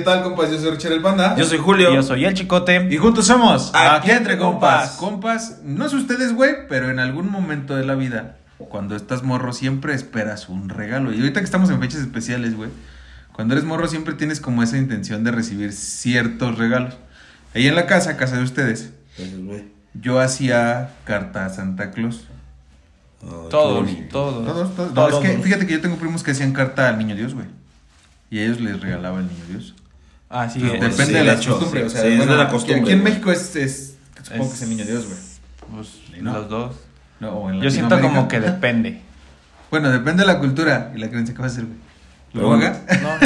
tal, compas? Yo soy Richard el Panda. Yo soy Julio. Y yo soy el Chicote. Y juntos somos Aquí Entre Compas. Compas, no sé ustedes, güey, pero en algún momento de la vida, cuando estás morro, siempre esperas un regalo. Y ahorita que estamos en fechas especiales, güey, cuando eres morro siempre tienes como esa intención de recibir ciertos regalos. Ahí en la casa de ustedes, yo hacía carta a Santa Claus. Oh, todos. No, es que fíjate que yo tengo primos que hacían carta al Niño Dios, güey. Y a ellos les regalaba el Niño Dios. Ah, sí. Pues depende de la costumbre. O sea, sí, bueno, es de la costumbre. Aquí en México supongo que es el Niño Dios, güey. Pues ¿no? los dos. No, o en yo siento como que depende. Bueno, depende de la cultura y la creencia que va a hacer, güey. ¿Lo haga?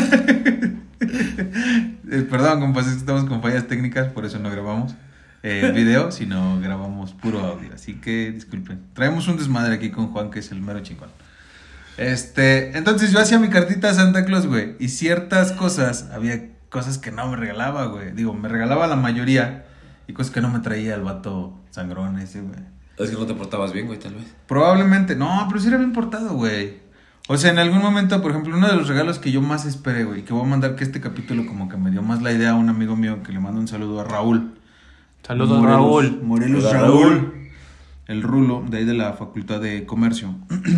No. Perdón, compas, es que estamos con fallas técnicas, por eso no grabamos video, sino grabamos puro audio. Así que disculpen. Traemos un desmadre aquí con Juan, que es el mero chingón. Entonces yo hacía mi cartita a Santa Claus, güey. Y ciertas cosas, había cosas que no me regalaba, güey. Digo, me regalaba la mayoría. Y cosas que no me traía el vato sangrón ese, güey. Es que no te portabas bien, güey, tal vez. Probablemente, no, pero sí era bien portado, güey. O sea, en algún momento, por ejemplo, uno de los regalos que yo más esperé, güey, que voy a mandar, que este capítulo como que me dio más la idea a un amigo mío, que le mando un saludo a Raúl. Saludos, Raúl. Morelos Raúl. El Rulo, de ahí de la Facultad de Comercio.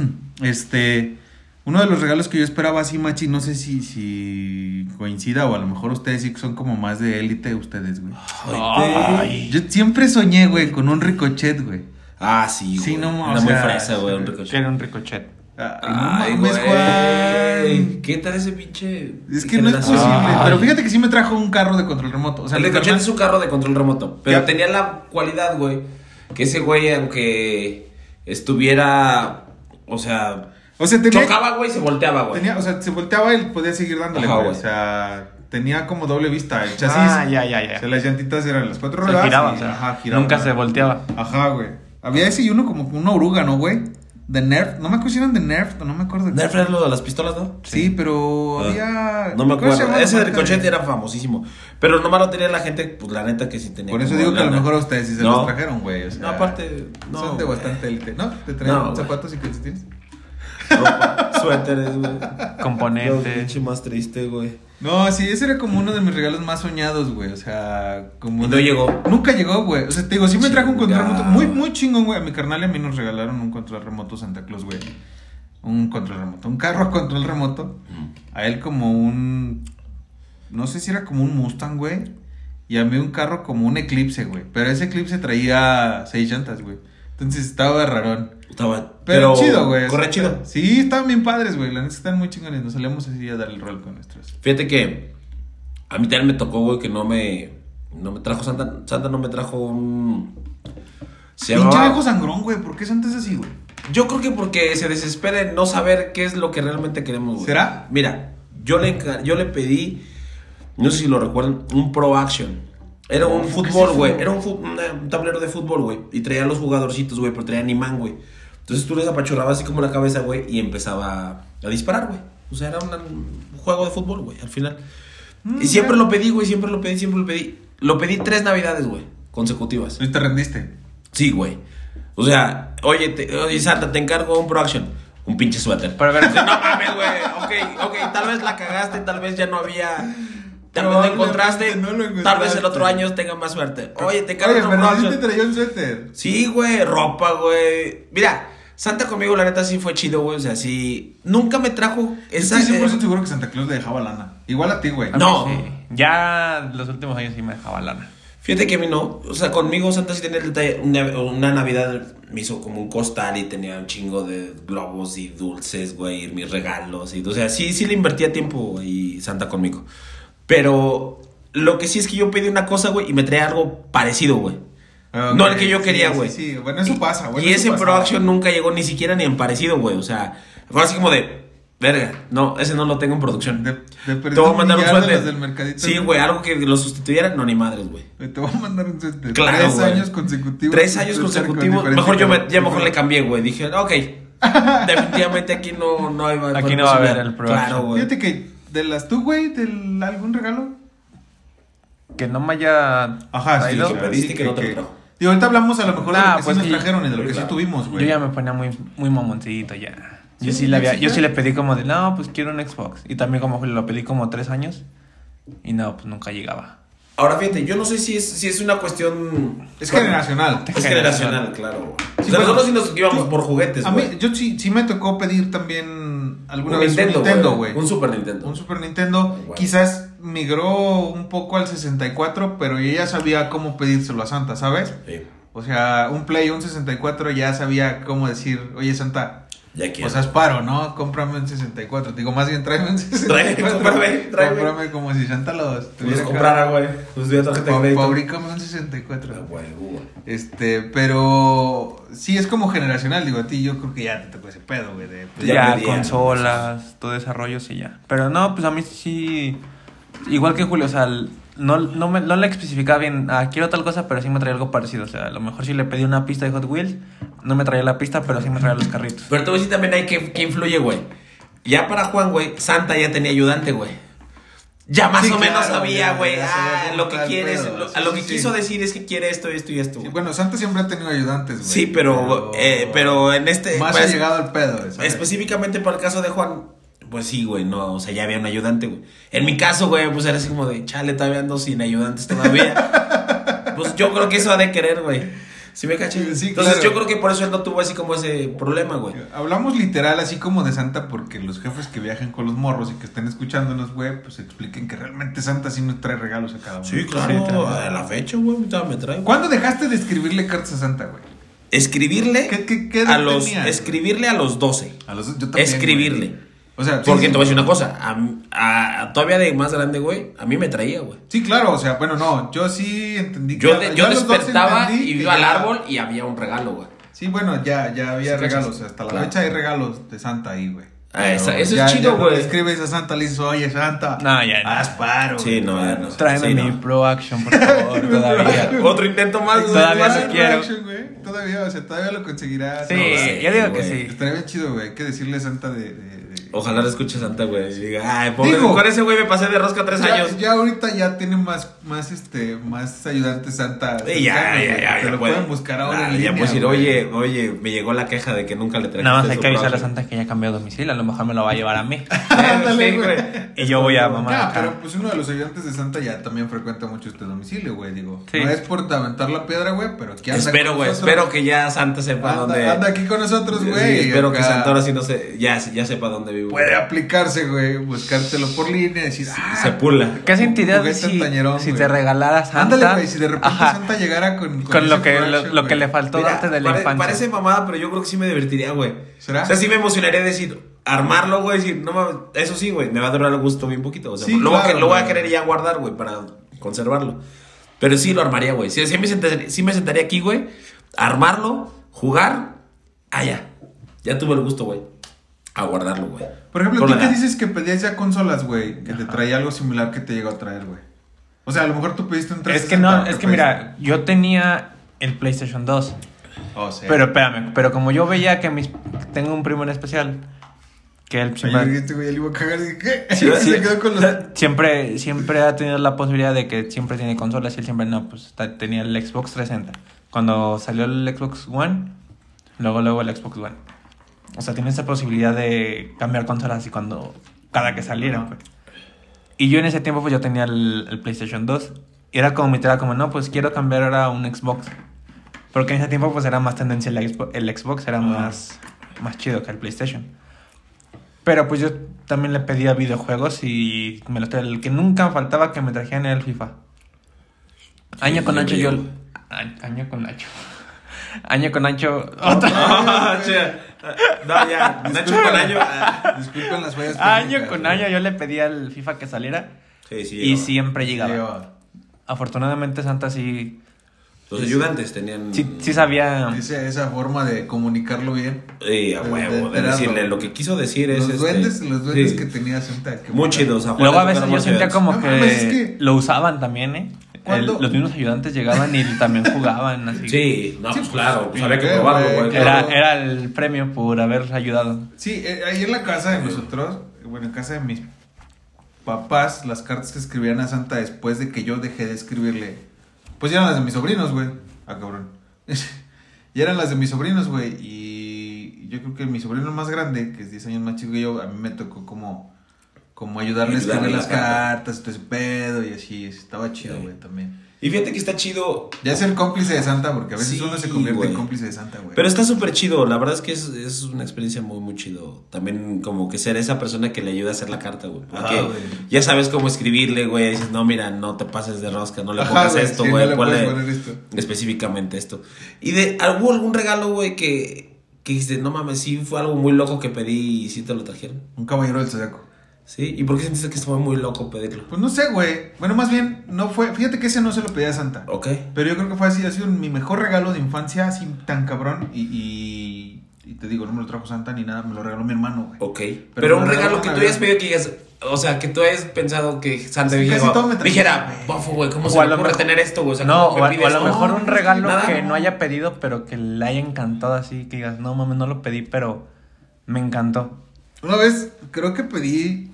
Uno de los regalos que yo esperaba así, machi, no sé si coincida o a lo mejor ustedes sí son como más de élite ustedes, güey. Ay. Yo siempre soñé, güey, con un ricochet, güey. Ah, sí, güey. Sí, no, era muy fresa, güey, un Que ricochet. era un ricochet. Ay, no güey. mames, Juan. ¿Qué tal ese pinche? Es que no es posible. Pero fíjate que sí me trajo un carro de control remoto. O sea, el ricochet es un carro de control remoto. Pero Ya. tenía la cualidad, güey, que ese güey, aunque estuviera, o sea, chocaba, güey, se volteaba, güey. Se volteaba y podía seguir dándole, Ajá, güey. güey. O sea, tenía como doble vista el chasis. Ah, ya. O sea, las llantitas eran las cuatro Se ruedas. giraba, y, o sea, ajá, giraba. nunca se volteaba. Ajá, güey. Había ese y uno como una oruga, ¿no, güey? De Nerf. No me acuerdo si eran de Nerf, no me acuerdo. Nerf era lo de las pistolas, ¿no? Sí, pero había... No me ¿cómo se acuerdo. llamaba Ese la de marca ricochet era famosísimo. Pero nomás lo tenía la gente, pues la neta que sí tenía. Por eso como digo que a lo lana. mejor a ustedes sí se No. los trajeron, güey. O sea, No, aparte, no, son de güey. bastante élite. ¿No? ¿Te traen No, güey. zapatos y calcetines? Suéteres, güey. Componentes. Pinche más triste, güey. No, sí, ese era como uno de mis regalos más soñados, güey. O sea, como... Y no llegó. Nunca llegó, güey. O sea, te digo, sí me trajo un control Chingado. remoto. Muy, muy chingón, güey. A mi carnal y a mí nos regalaron un control remoto Santa Claus, güey. Un control remoto. Un carro a control remoto. A él como un... No sé si era como un Mustang, güey. Y a mí un carro como un Eclipse, güey. Pero ese Eclipse traía 6 llantas, güey. Entonces estaba rarón. Pero chido, güey. Corre chido. Sí, estaban bien padres, güey. La neta están muy chingones. Nos salíamos así a dar el rol con nuestros. Fíjate que a mí también me tocó, güey, que no me trajo Santa. Santa no me trajo un... Se Pinche llamaba... viejo sangrón, güey. ¿Por qué Santa es así, güey? Yo creo que porque se desespera en no saber qué es lo que realmente queremos, güey. ¿Será? Mira, yo le pedí, no sé si lo recuerdan, un Pro Action. Era un fútbol, güey. Era un tablero de fútbol, güey. Y traía los jugadorcitos, güey, pero traía imán, güey. Entonces tú les apachurrabas así como la cabeza, güey, y empezaba a disparar, güey. O sea, era un juego de fútbol, güey, al final. Y siempre lo pedí, güey, siempre lo pedí. Lo pedí 3 navidades, güey, consecutivas. ¿Y te rendiste? Sí, güey. O sea, oye, Santa, te encargo un Pro Action. Un pinche suéter. Pero a ver, No mames, güey. Ok, tal vez la cagaste, tal vez ya no había. Tal vez lo encontraste. No lo encontraste. Tal vez el otro año tenga más suerte. Oye, te encargo Oye, un pero Pro sí te Action. traía un suéter. Sí, güey, ropa, güey. Mira, Santa conmigo, la neta, sí fue chido, güey. O sea, sí. Nunca me trajo esa. Estoy 100% seguro que Santa Claus le dejaba lana. Igual a ti, güey. a mí No. sí. Ya los últimos años sí me dejaba lana. Fíjate que a mí no. O sea, conmigo Santa sí tenía el detalle. Una Navidad me hizo como un costal y tenía un chingo de globos y dulces, güey, y mis regalos. O sea, sí le invertía tiempo y Santa conmigo. Pero lo que sí es que yo pedí una cosa, güey, y me traía algo parecido, güey. Okay, No el que yo quería, güey. Sí, bueno, eso pasa, güey. Y ese Pro Action nunca llegó ni siquiera ni en parecido, güey. O sea, fue así como de... Verga, no, ese no lo tengo en producción. De Te voy a mandar un suéter. Del mercadito. Sí, güey, algo que lo sustituyera, no, ni madres, güey. Te voy a mandar un suéter. Claro, 3 güey. años consecutivos. 3 años consecutivos. Mejor mejor le cambié, güey. Dije, ok, definitivamente aquí no hay. Aquí no va a haber el Pro Claro, Action. güey. Fíjate que de las tú, güey, algún regalo. Que no me haya Ajá, sí, traído. que pediste que no te lo trajo. Y ahorita hablamos a lo mejor de lo que pues sí nos sí. trajeron y de lo que sí Claro. tuvimos, güey. Yo ya me ponía muy mamoncito ya. Yo Sí, sí le pedí como de, no, pues quiero un Xbox. Y también como lo pedí como 3 años. Y no, pues nunca llegaba. Ahora fíjate, yo no sé si es una cuestión... Es generacional. Es generacional, claro, güey. Sí, O sea, bueno, nosotros sí nos íbamos por juguetes, A mí, güey. yo sí me tocó pedir también alguna Un vez un Nintendo, güey. Un Super Nintendo. Un Super Nintendo. Bueno. Quizás migró un poco al 64, pero yo ya sabía cómo pedírselo a Santa, ¿sabes? Sí, O sea, un Play, un 64, ya sabía cómo decir, oye, Santa, ya quiero. o sea, es paro, ¿no? Cómprame un 64. Digo, más bien tráeme un 64. Cómprame. Cómprame como si Santa los Pues tuviera comprara, güey. Pues tuviera tarjeta de crédito. Fabrícame un 64. Ah, güey, Pero sí es como generacional, digo, a ti yo creo que ya te tocó ese pedo, güey. Pues Ya Ya, pedían, consolas, todo desarrollo, sí, ya. Pero no, pues a mí sí. Igual que Julio, o sea, no le especificaba bien, quiero tal cosa, pero sí me traía algo parecido. O sea, a lo mejor sí le pedí una pista de Hot Wheels, no me traía la pista, pero sí me traía los carritos. Pero te voy a decir también hay que influye, güey. Ya para Juan, güey, Santa ya tenía ayudante, güey. Ya más Sí, o menos claro, sabía, ya, güey. ya sabía cómo Lo que está el quieres, pedo. a lo Sí, que sí, quiso sí. decir es que quiere esto y esto. Sí, güey. bueno, Santa siempre ha tenido ayudantes, güey. Sí, pero en este... Más pues, ha llegado al pedo, ¿sabes? específicamente para el caso de Juan, pues sí, güey, no, o sea, ya había un ayudante, güey. En mi caso, güey, pues era así como de, chale, todavía ando sin ayudantes todavía. Pues yo creo que eso ha de querer, güey. ¿Sí me caché? Sí, Entonces claro. yo creo que por eso él no tuvo así como ese problema, güey. Hablamos literal así como de Santa porque los jefes que viajan con los morros y que estén escuchándonos, güey, pues expliquen que realmente Santa sí nos trae regalos a cada uno. Sí, claro, a la fecha, güey, ahorita me trae. ¿Cuándo dejaste de escribirle cartas a Santa, güey? Escribirle ¿Qué edad tenías? escribirle a los 12. A los, yo también, Escribirle. güey. O sea, sí, Porque sí. te voy a decir una cosa, todavía de más grande, güey, a mí me traía, güey. Sí, claro, o sea, bueno, no, yo sí entendí que... Yo a los 12 despertaba entendí y que iba al ya- árbol y había un regalo, güey. Sí, bueno, ya había Sí, regalos, cachas. hasta la Claro. fecha hay regalos de Santa ahí, güey. Ah, eso Pero es ya chido, no güey. le escribes a Santa, le dices, oye, Santa, No, ya no. haz paro. Sí, no, ya no. Tráeme Sí, mi no. Pro Action, por favor, todavía. Otro intento más, güey. Todavía Más no el quiero. Action, güey. Todavía, o sea, todavía lo conseguirás. Sí, No, yo digo que güey. sí. estaría bien chido, güey. Hay que decirle a Santa de... Ojalá lo escuche Santa, güey. Y diga, ay, pobre, Digo, con ese güey me pasé de rosca 3 años. Ya ahorita ya tiene más ayudantes Santa. Sí, ya Te lo puede. pueden buscar ahora en Ya línea, puedes decir, güey. oye, me llegó la queja de que nunca le traje. Nada más hay que avisarle a Santa que ya cambió de domicilio, a lo mejor me lo va a llevar a mí. Ándale, Sí, güey. Y yo voy a mamar Ah, acá. pero pues uno de los ayudantes de Santa ya también frecuenta mucho este domicilio, güey. Digo, Sí. no es por aventar la piedra, güey, pero aquí anda Espero, con güey, nosotros. espero que ya Santa sepa dónde. Anda aquí con nosotros, Sí, güey. espero Acá que Santa ahora sí no se, ya sepa dónde vivo. puede aplicarse, güey, buscártelo por línea, decir, Se pula. ¿Qué sentirías de juguete si, antañerón, si güey. te regalara Santa? Ándale, güey, si de repente Ajá, Santa llegara con con lo ese que, Pro Action, lo que güey. le faltó Mira, darte de la infancia. Parece mamada, pero yo creo que sí me divertiría, güey. ¿Será? O sea, sí me emocionaría decir, armarlo, güey, decir, no mames, eso sí, güey, me va a durar el gusto bien poquito. O sea, Sí, lo claro, voy a güey. querer ya guardar, güey, para conservarlo. Pero sí lo armaría, güey. Sí me sentaría aquí, güey, armarlo, jugar. Ya tuve el gusto, güey. A guardarlo, güey. Por ejemplo, Por ¿tú la qué edad. dices que pedías ya consolas, güey? Que te traía algo similar que te llegó a traer, güey. O sea, a lo mejor tú pediste un Es 360. que no, ¿qué es que pediste? mira, yo tenía el PlayStation 2. Oh, sí. Pero espérame, pero como yo veía que tengo un primo en especial, que él Ayer este güey ya le iba a cagar y dije, ¿qué? Sí, sí. Se quedó con los... siempre ha tenido la posibilidad de que siempre tiene consolas y él siempre no, pues tenía el Xbox 360. Cuando salió el Xbox One, luego el Xbox One. O sea, tiene esa posibilidad de cambiar consolas y cada que saliera, pues. Y yo en ese tiempo pues yo tenía el PlayStation 2 y era como mi tarea como, no, pues quiero cambiar ahora a un Xbox. Porque en ese tiempo pues era más tendencia el Xbox era más chido que el PlayStation. Pero pues yo también le pedía videojuegos y el que nunca faltaba que me trajeran era el FIFA. Año con Nacho Año con Nacho. Año con Nacho. No, ya, Nacho con año. Disculpen las fallas Año técnicas, con güey. año yo le pedía el FIFA que saliera Sí, y siempre llegaba. Llegaba. Afortunadamente Santa sí Los ayudantes tenían. sí sabía. Esa forma de comunicarlo bien. A de huevo, de enterarlo. decirle lo que quiso decir es. Los duendes sí. que tenía Santa. que Muy puta. chidos. a Juan Luego le a veces tocaron yo más sentía ayudantes. como No que, mames, es que- lo usaban también, ¿eh? ¿Cuándo? Los mismos ayudantes llegaban y también jugaban así. Sí, no, pues claro, pues había que güey, probarlo, güey. güey. claro. Era el premio por haber ayudado. Sí, ahí en la casa de nosotros, bueno, en casa de mis papás, las cartas que escribían a Santa después de que yo dejé de escribirle, pues ya eran las de mis sobrinos, güey. Ah, cabrón. Ya eran las de mis sobrinos, güey. Y yo creo que mi sobrino más grande, que es 10 años más chico que yo, a mí me tocó como como ayudarle a escribir Ayudarle las la carta. cartas, todo ese pedo y así. Estaba chido, güey, también. Y fíjate que está chido. Ya ser cómplice de Santa, porque a veces Sí, uno se convierte güey. en cómplice de Santa, güey. Pero está súper chido, la verdad es que es una experiencia muy, muy chido. También como que ser esa persona que le ayuda a hacer la carta, güey. Porque güey. ya sabes cómo escribirle, güey. Dices, no, mira, no te pases de rosca, no le Ajá, pongas güey, esto, sí, güey. no le ponle puedes poner esto. específicamente esto. Y ¿hubo algún regalo, güey, que dijiste, no mames, sí fue algo muy loco que pedí y sí te lo trajeron? Un caballero del zodiaco. ¿Sí? ¿Y por qué sentiste que fue muy loco pedirlo? Pues no sé, güey. Bueno, más bien, no fue. Fíjate que ese no se lo pedí a Santa. Ok. Pero yo creo que fue así, ha sido mi mejor regalo de infancia, así tan cabrón. Y te digo, no me lo trajo Santa ni nada, me lo regaló mi hermano, güey. Ok. Pero Pero me un lo regalo regaló que tú Navidad. hayas pedido que digas, o sea, que tú hayas pensado que Santa Sí, casi todo me trajo, dijera, güey. bofo, güey, ¿cómo O se a me lo ocurre mejor- tener esto, güey? O sea, No, ¿cómo me o a pides lo esto? mejor un regalo nada. que no haya pedido, pero que le haya encantado así, que digas, no mames, no lo pedí, pero me encantó. Una vez, creo que pedí.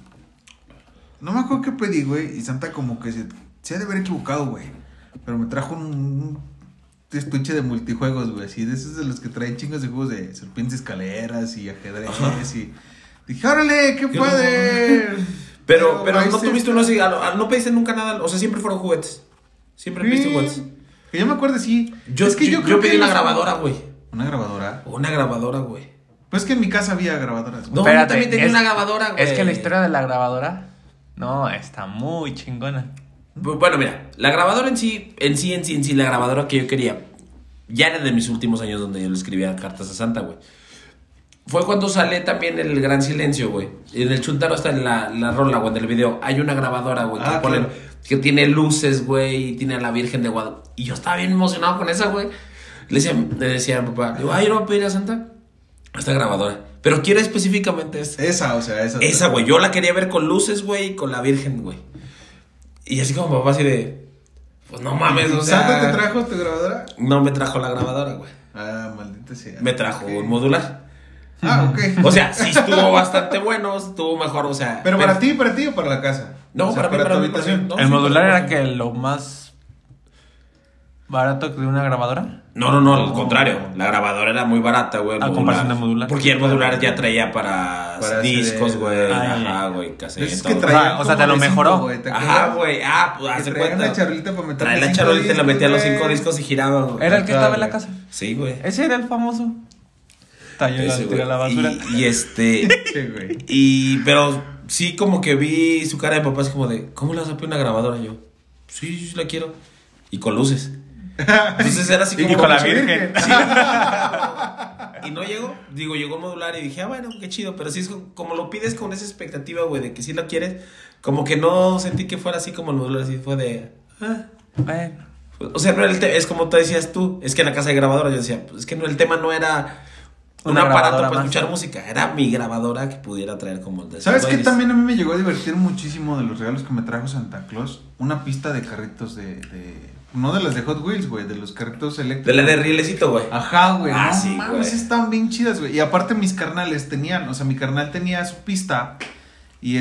No me acuerdo qué pedí, güey. Y Santa como que se ha de haber equivocado, güey. Pero me trajo un estuche de multijuegos, güey. Así de esos de los que traen chingos de juegos de serpientes escaleras y ajedrez. Ajá. Y dije, órale, qué Qué padre. Pero no ahí tuviste se- uno así, no pediste nunca nada, o sea, siempre fueron juguetes. Siempre pediste juguetes. Que yo me acuerdo, sí. Yo creo pedí que una los- grabadora, güey. ¿Una grabadora? Una grabadora, güey. Pues que en mi casa había grabadoras. güey. No, yo también tenía una grabadora, güey. Es que la historia de la grabadora, no, está muy chingona. Bueno, mira, la grabadora en sí, la grabadora que yo quería, ya era de mis últimos años donde yo le escribía cartas a Santa, güey. Fue cuando sale también el Gran Silencio, güey. En el Chuntaro está en la rola, güey, del video. Hay una grabadora, güey, Ah, ponen, claro. que tiene luces, güey, y tiene a la Virgen de Guadalupe. Y yo estaba bien emocionado con esa, güey. Le decía a mi papá, digo, yo no voy a pedir a Santa esta grabadora. Pero quiero específicamente esta. Esa, o sea, esa. Esa, güey. Yo la quería ver con luces, güey, y con la Virgen, güey. Y así como papá, así de... Pues no mames, o sea... ¿Santa te trajo tu grabadora? No me trajo la grabadora, güey. Ah, maldita sea. Me trajo Ok. un modular. Ah, ok. O sea, sí estuvo bastante bueno, estuvo mejor, o sea... ¿Pero para ti o para la casa? No, O sea, para tu mí, habitación. no, El sí, modular para era mí. que lo más barato de una grabadora. No, al contrario. La grabadora era muy barata, güey. el A comparación de modular. Porque el modular ya traía para discos, CD. güey. Ay, Ajá, güey, cassette. Es que todo. traía O sea, te lo mejoró. Ajá, güey. Pues Que hace traía cuenta. la charolita para meter Trae la los charolita y cinco la metía a los discos, 5 güey. discos y giraba, güey. Era el que Acá, estaba en la güey. casa. Sí, güey. Ese era el famoso. Talló Ese, güey. a la basura. Sí, Sí, güey. pero sí como que vi su cara de papá así como de, ¿cómo le vas a poner una grabadora? Y yo, sí la quiero. Y con luces. Entonces era así como... Y con la Sí. Virgen. Sí. Y no llegó, llegó el modular y dije, bueno, qué chido, pero sí es como lo pides con esa expectativa, güey, de que sí lo quieres, como que no sentí que fuera así como el modular, así fue de... Bueno. O sea, no era es como te decías tú, es que en la casa de grabadora yo decía, pues es que el tema no era un Una aparato grabadora para más. escuchar música, era mi grabadora que pudiera traer como el de ¿Sabes Sam qué? Davis. También a mí me llegó a divertir muchísimo de los regalos que me trajo Santa Claus. Una pista de carritos no de las de Hot Wheels, güey, de los carritos eléctricos. De la de rielecito, güey. Ajá, güey. Ah, no sí, mames, güey. estaban bien chidas, güey. Y aparte mis carnales tenían, o sea, mi carnal tenía su pista y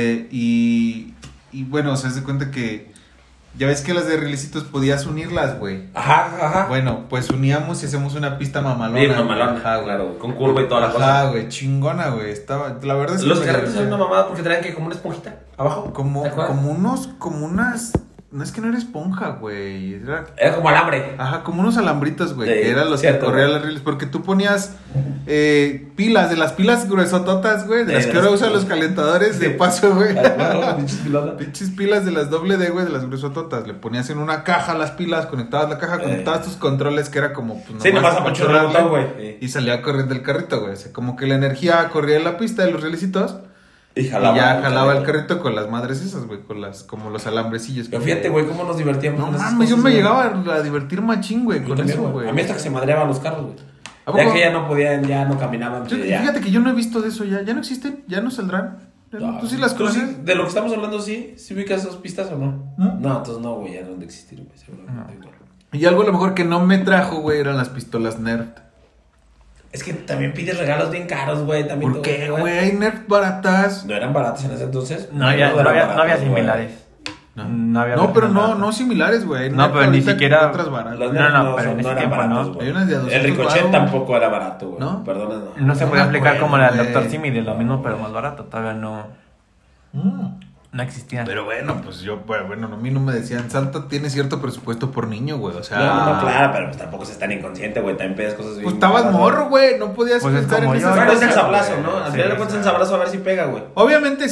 y bueno, o sea, se cuenta que ya ves que las de rielecitos podías unirlas, güey. Ajá. Bueno, pues uníamos y hacemos una pista mamalona. Bien güey. mamalona, Ajá, güey. claro, con curva y toda la Ajá, cosa. güey, chingona, güey. Estaba, la verdad es que Los me carritos divertía. eran una mamada porque traían que como una esponjita abajo. Como ¿te acuerdas? unas. No es que no era esponja, güey. Era como alambre. Ajá, como unos alambritos, güey. Sí, Que eran los cierto, que corrían güey. las rieles. Porque tú ponías pilas, de las pilas gruesototas, güey. De las que ahora usan los calentadores de paso, güey. Pinches pilas de las doble D, güey, de las gruesototas. Le ponías en una caja las pilas, conectabas la caja, conectabas tus controles, que era como. Pues, Sí, nomás apachurrarle, apachurrar el botón, güey. Y salía corriendo el carrito, güey. O sea, como que la energía corría en la pista de los rielecitos. Y Y ya jalaba el carrito con las madres esas, güey, como los alambrecillos. Pero fíjate, güey, cómo nos divertíamos. No con esas mames, yo cosas, me güey. llegaba a divertir machín, güey, Yo con también, eso, güey. A mí hasta que se madreaban los carros, güey. ¿A Ya poco? que ya no podían, ya no caminaban. Yo- ya. Fíjate que yo no he visto de eso ya. ¿Ya no existen? ¿Ya no saldrán? ¿Tú sí las ¿Tú conoces? sí? De lo que estamos hablando, sí. ¿Sí ubicas esas pistas o no? ¿No? No, entonces no, güey, ya no han de existir, güey, seguramente, güey. Y algo a lo mejor que no me trajo, güey, eran las pistolas Nerf. Es que también pides regalos bien caros, güey. También ¿Por todo, qué, güey? Hay Nerf baratas. No eran baratos en ese entonces. No había baratos, güey. similares. No había No, pero versiones baratas. no similares, güey. Hay No, Nerf pero ni ahorita que siquiera- otras baratas. Los No, Nerf no, pero en ese eran tiempo baratos, no. güey. Hay unas de a 200 El Ricochet varos. tampoco era barato, güey. ¿No? Perdona, no. No se No podía me aplicar acuerdo, como la del güey. Dr. Simi de lo mismo, pero más barato. Todavía no. No existían. Pero bueno, pues bueno, a mí no me decían, Santa tiene cierto presupuesto por niño, güey, o sea... No, claro, pero pues tampoco se es tan inconsciente, güey, también pegas cosas bien... Pues estabas caras, morro, güey, no podías Pues es pensar como en yo, esas Pero es el cosas, sablazo, güey. ¿no? Al Sí, final de cuentas el sablazo a ver si pega, güey. Obviamente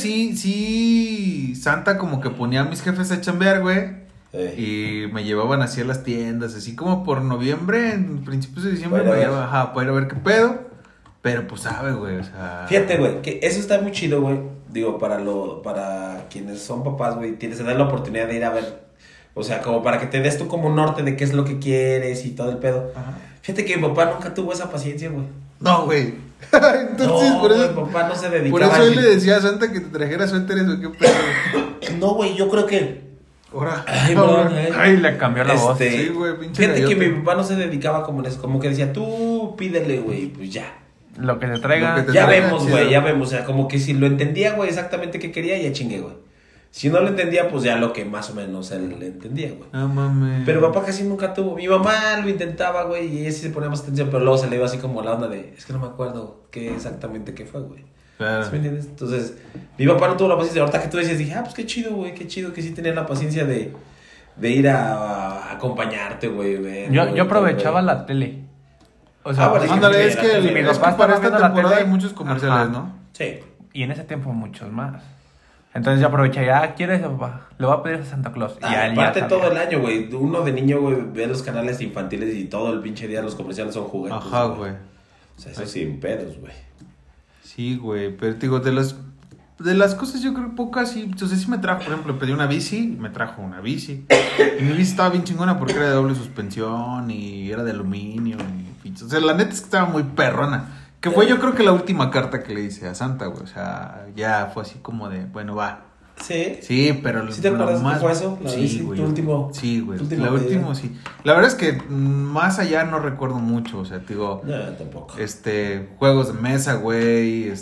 sí, Santa como que ponía a mis jefes a chambear, güey. Y me llevaban así a las tiendas, así como por noviembre, en principios de diciembre, Para me ver. llevaba para ir a ver qué pedo. Pero pues sabe, güey, o sea... Fíjate, güey, que eso está muy chido, güey. Digo, para quienes son papás, güey, se dan la oportunidad de ir a ver. O sea, como para que te des tú como un norte de qué es lo que quieres y todo el pedo. Ajá. Fíjate que mi papá nunca tuvo esa paciencia, güey. No, güey. Entonces, No, por eso... güey, papá no se dedicaba Por eso a él le decía a Santa que te trajera suéteres o qué pedo. No, güey, yo creo que... Ahora. Ay, perdón, Ay, le cambió la voz. Sí, güey, pinche Fíjate que gallote. mi papá no se dedicaba como en eso. Como que decía, tú pídele, güey, pues ya. Lo que te traiga. Lo que te Ya traiga, vemos, chido. güey, ya vemos. O sea, como que si lo entendía, güey, exactamente qué quería, ya chingué, güey. Si no lo entendía, pues ya lo que más o menos él le entendía, güey. No mames. Pero papá casi nunca tuvo. Mi mamá lo intentaba, güey, y ella sí se ponía más atención, pero luego se le iba así como la onda de, es que no me acuerdo qué exactamente qué fue, güey. Claro. ¿Sí me entiendes? Entonces, mi papá no tuvo la paciencia. Ahorita que tú decías, dije, pues qué chido, güey, qué chido que sí tenía la paciencia de ir a acompañarte, güey. Yo aprovechaba la tele. O sea, bueno, Ándale, es Sí, que, sí, mi es que papá para estaba esta viendo la temporada tele. hay muchos comerciales, Ajá. ¿no? Sí. y en ese tiempo muchos más. Entonces yo aproveché, ¿quieres, papá? Le voy a pedir a Santa Claus. Y a él ya Aparte sabía. todo el año, güey. Uno de niño, güey, ve los canales infantiles y todo el pinche día los comerciales son juguetes. Ajá, güey. O sea, eso sin pedos, güey. Sí, güey, pero te digo, de las cosas yo creo pocas, sí, entonces sí me trajo, por ejemplo, pedí una bici, me trajo una bici. Y mi bici estaba bien chingona porque era de doble suspensión y era de aluminio. O sea, la neta es que estaba muy perrona. Que fue yo creo que la última carta que le hice a Santa, güey. O sea, ya fue así como de, bueno, va. Sí. Sí, pero ¿Sí te acuerdas qué fue eso? La bici, Sí, güey. tu último- Sí, güey. tu último La pedido. última, sí. La verdad es que más allá no recuerdo mucho. O sea, te digo, No, tampoco. juegos de mesa, güey.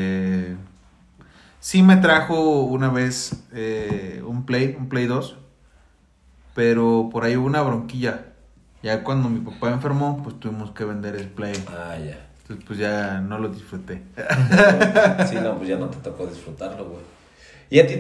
Sí me trajo una vez un Play 2. Pero por ahí hubo una bronquilla. Ya cuando mi papá enfermó, pues tuvimos que vender el Play. Ah, ya. Entonces, pues ya no lo disfruté. Sí, no, pues ya no te tocó disfrutarlo, güey. ¿Y a ti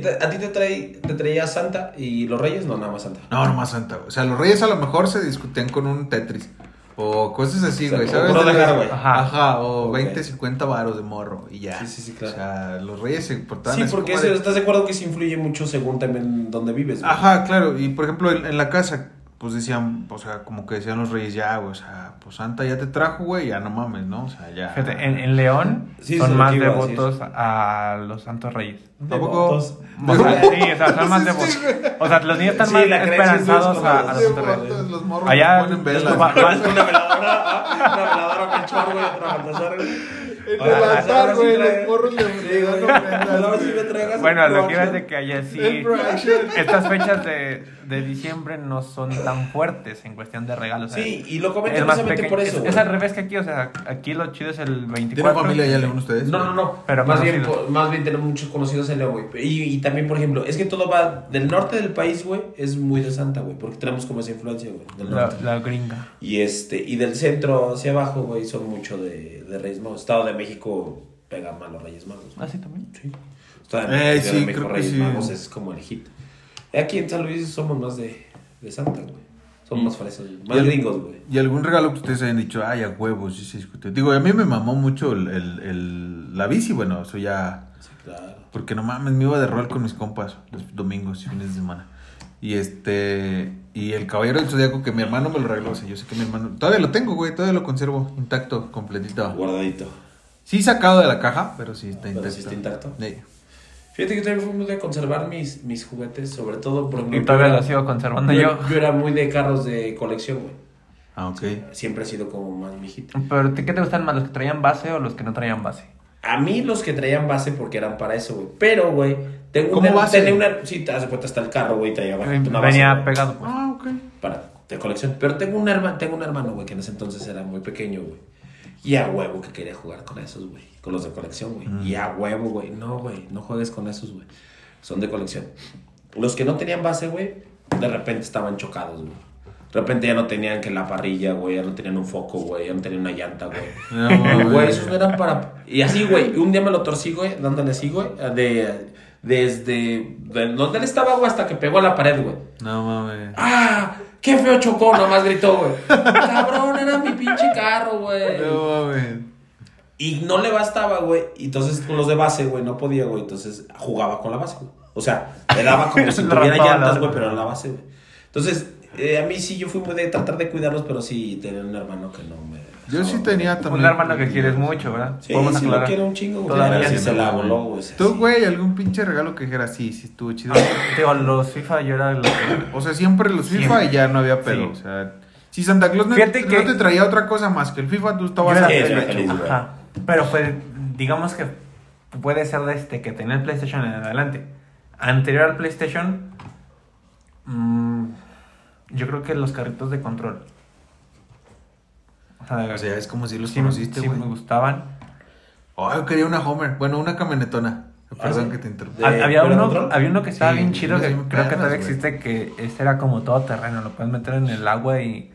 te traía Santa y los Reyes? No, nada más Santa. No, nomás Santa, güey. O sea, los reyes a lo mejor se discutían con un Tetris. O cosas así, O sea, güey. o ¿Sabes? puro dejar, güey. Ajá, o Ok. 20, 50 varos de morro y ya. Sí, claro. O sea, los reyes se portaban Sí, así porque como eso, de- ¿estás de acuerdo que se influye mucho según también dónde vives, güey? Ajá, claro. Y por ejemplo, en la casa, pues decían, o sea, como que decían los reyes, ya, güey. O sea, pues Santa ya te trajo, güey, ya no mames, ¿no? O sea, ya. Fíjate, en León Sí, eso es son lo más que iba a decir. devotos a los Santos Reyes. Tampoco. O sea, sí, o sea, son más devotos. O sea, los niños están Sí, más la creencia es esperanzados como a los los Santos Reyes. Devotos, los morros Allá ponen es velas. como- Una veladora Melchor, güey, otra Baltasar, güey. El Ahora, levantar, ahora sí güey, trae- los morros le Sí, güey. Ahora sí me traigas Bueno, el lo que iba es Pro de que allá sí. El Pro Action. Estas fechas de diciembre no son tan fuertes en cuestión de regalos. o sea, Sí, y lo comento es más precisamente pequeño. por eso, Es güey. al revés que aquí, o sea, aquí lo chido es el 24. ¿Tienen familia ya, León, ustedes? No. Pero más bien, conocidos. más bien tenemos muchos conocidos en León, güey. Y también, por ejemplo, es que todo va del norte del país, güey, es muy de Santa, güey, porque tenemos como esa influencia, güey, del norte. La gringa. Y del centro hacia abajo, güey, son mucho de Reyes Magos. Estado de México pega mal los Reyes Magos. ¿Ah, sí también? Sí. Estado de Sí, México, creo que Reyes sí. Magos es como el hit. Aquí en San Luis somos más de Santa, güey. Somos más frescos, más gringos, güey. ¿Y algún regalo que ustedes hayan dicho, ay, a huevos, sí se discutió? Digo, a mí me mamó mucho la bici, bueno, eso ya... Sí, claro. Porque no mames, me iba de rol con mis compas los domingos y fines de semana. Y y el Caballero del Zodiaco, que mi hermano me lo regaló, o sea, yo sé que mi hermano... Todavía lo tengo, güey, todavía lo conservo intacto, completito. Guardadito. Sí sacado de la caja, pero sí está Pero intacto. sí está intacto. Sí. Fíjate que también fui muy de conservar mis juguetes, sobre todo porque... Y todavía lo sigo conservando yo. Yo era muy de carros de colección, güey. Ah, ok. Siempre he sido como más mijito. Pero ¿qué te gustan más, los que traían base o los que no traían base? A mí los que traían base porque eran para eso, güey. Pero, güey, tengo ¿Cómo base? tenía una... Sí, te das cuenta, está el carro, güey, traía abajo una base, Venía güey, pegado, pues. Ah, ok. de colección. Pero tengo un hermano, güey, que en ese entonces era muy pequeño, güey. Y a huevo que quería jugar con esos, güey. Con los de colección, güey. Y a huevo, güey. No, güey, no juegues con esos, güey. Son de colección. Los que no tenían base, güey, de repente estaban chocados, güey. De repente ya no tenían que la parrilla, güey. Ya no tenían un foco, güey. Ya no tenían una llanta, güey. No, Güey, esos no eran para... Y así, güey. Un día me lo torcí, güey, dándole así, güey. De desde donde él estaba, güey, hasta que pegó a la pared, güey. No mames. ¡Ah! ¡Qué feo chocó! Nomás gritó, güey. Cabrón, era mi pinche carro, güey. No mames. Y no le bastaba, güey. Y entonces con los de base, güey, no podía, güey. Entonces jugaba con la base, güey. O sea, le daba como si Le tuviera raspaba llantas, la- güey, pero en la base, güey. Entonces, a mí sí, yo fui muy de tratar de cuidarlos, pero sí tenía un hermano que no me... Yo sí tenía también. Un hermano que quieres mucho, ¿verdad? Sí, Podemos sí lo aclarar. quiero un chingo, güey. Todavía Pero sí sí, se la no, voló, güey. güey. Sí, Tú, sí. güey, algún pinche regalo que dijera sí estuvo chido. Digo, los FIFA yo era los O sea, siempre los FIFA Siempre. y ya no había pedo. Sí. O sea, si Santa Claus no, Fíjate que- no te traía otra cosa más que el FIFA, tú estabas Yo era satisfecho. feliz, güey. Ajá. Pero fue, digamos que puede ser desde que tenía el PlayStation en adelante. Anterior al PlayStation, yo creo que los carritos de control. O sea, es como si los sí, conociste, sí güey. me gustaban. Oh, yo quería una Homer. Bueno, una camionetona. Perdón sí? que te interrumpí. Había ¿pero uno, control? había uno que estaba Sí, bien chido, que sí, creo que perras, todavía güey. existe, que este era como todo terreno. Lo puedes meter en el agua y